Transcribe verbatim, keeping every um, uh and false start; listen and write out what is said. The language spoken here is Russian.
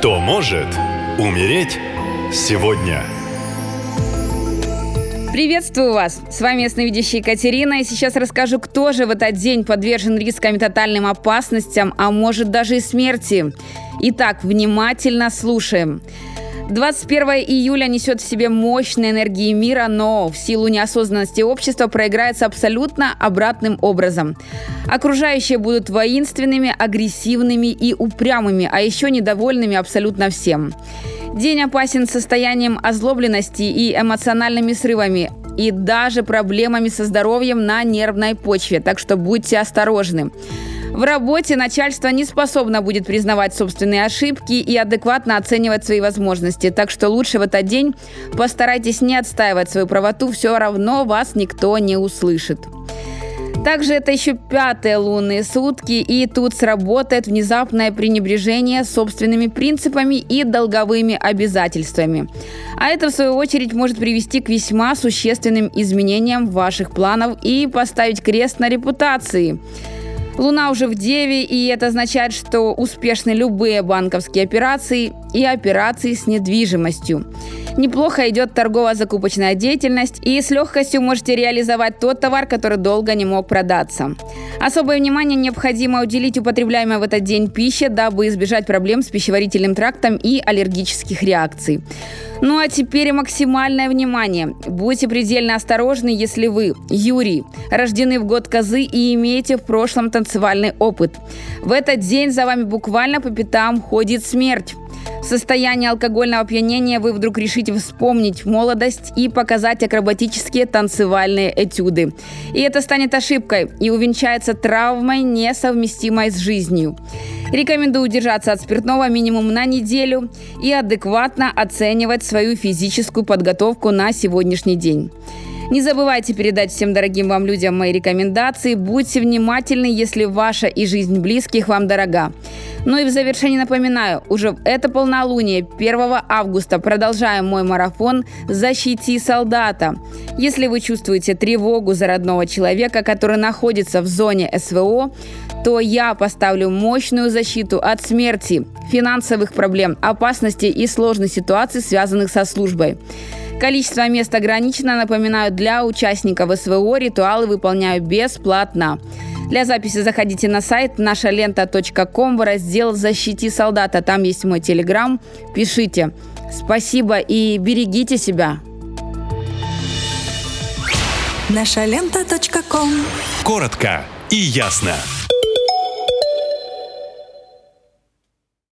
Кто может умереть сегодня? Приветствую вас! С вами ясновидящая Екатерина, и сейчас расскажу, кто же в этот день подвержен рискам и тотальным опасностям, а может даже и смерти. Итак, внимательно слушаем. двадцать первого июля несет в себе мощные энергии мира, но в силу неосознанности общества проиграется абсолютно обратным образом. Окружающие будут воинственными, агрессивными и упрямыми, а еще недовольными абсолютно всем. День опасен состоянием озлобленности и эмоциональными срывами, и даже проблемами со здоровьем на нервной почве, так что будьте осторожны. В работе начальство не способно будет признавать собственные ошибки и адекватно оценивать свои возможности, так что лучше в этот день постарайтесь не отстаивать свою правоту, все равно вас никто не услышит. Также это еще пятые лунные сутки, и тут сработает внезапное пренебрежение собственными принципами и долговыми обязательствами. А это, в свою очередь, может привести к весьма существенным изменениям ваших планов и поставить крест на репутации. Луна уже в Деве, и это означает, что успешны любые банковские операции и операции с недвижимостью. Неплохо идет торгово-закупочная деятельность, и с легкостью можете реализовать тот товар, который долго не мог продаться. Особое внимание необходимо уделить употребляемой в этот день пище, дабы избежать проблем с пищеварительным трактом и аллергических реакций. Ну а теперь максимальное внимание. Будьте предельно осторожны, если вы, Юрий, рождены в год козы и имеете в прошлом танцевальный опыт. В этот день за вами буквально по пятам ходит смерть. В состоянии алкогольного опьянения вы вдруг решите вспомнить молодость и показать акробатические танцевальные этюды. И это станет ошибкой и увенчается травмой, несовместимой с жизнью. Рекомендую удержаться от спиртного минимум на неделю и адекватно оценивать свою физическую подготовку на сегодняшний день. Не забывайте передать всем дорогим вам людям мои рекомендации. Будьте внимательны, если ваша и жизнь близких вам дорога. Ну и в завершении напоминаю, уже в это полнолуние первого августа продолжаем мой марафон «Защити солдата». Если вы чувствуете тревогу за родного человека, который находится в зоне эс вэ о, то я поставлю мощную защиту от смерти, финансовых проблем, опасностей и сложных ситуаций, связанных со службой. Количество мест ограничено. Напоминаю, для участников эс вэ о ритуалы выполняю бесплатно. Для записи заходите на сайт наша лента точка ком в раздел «Защити солдата». Там есть мой телеграм. Пишите. Спасибо и берегите себя. наша лента точка ком. Коротко и ясно.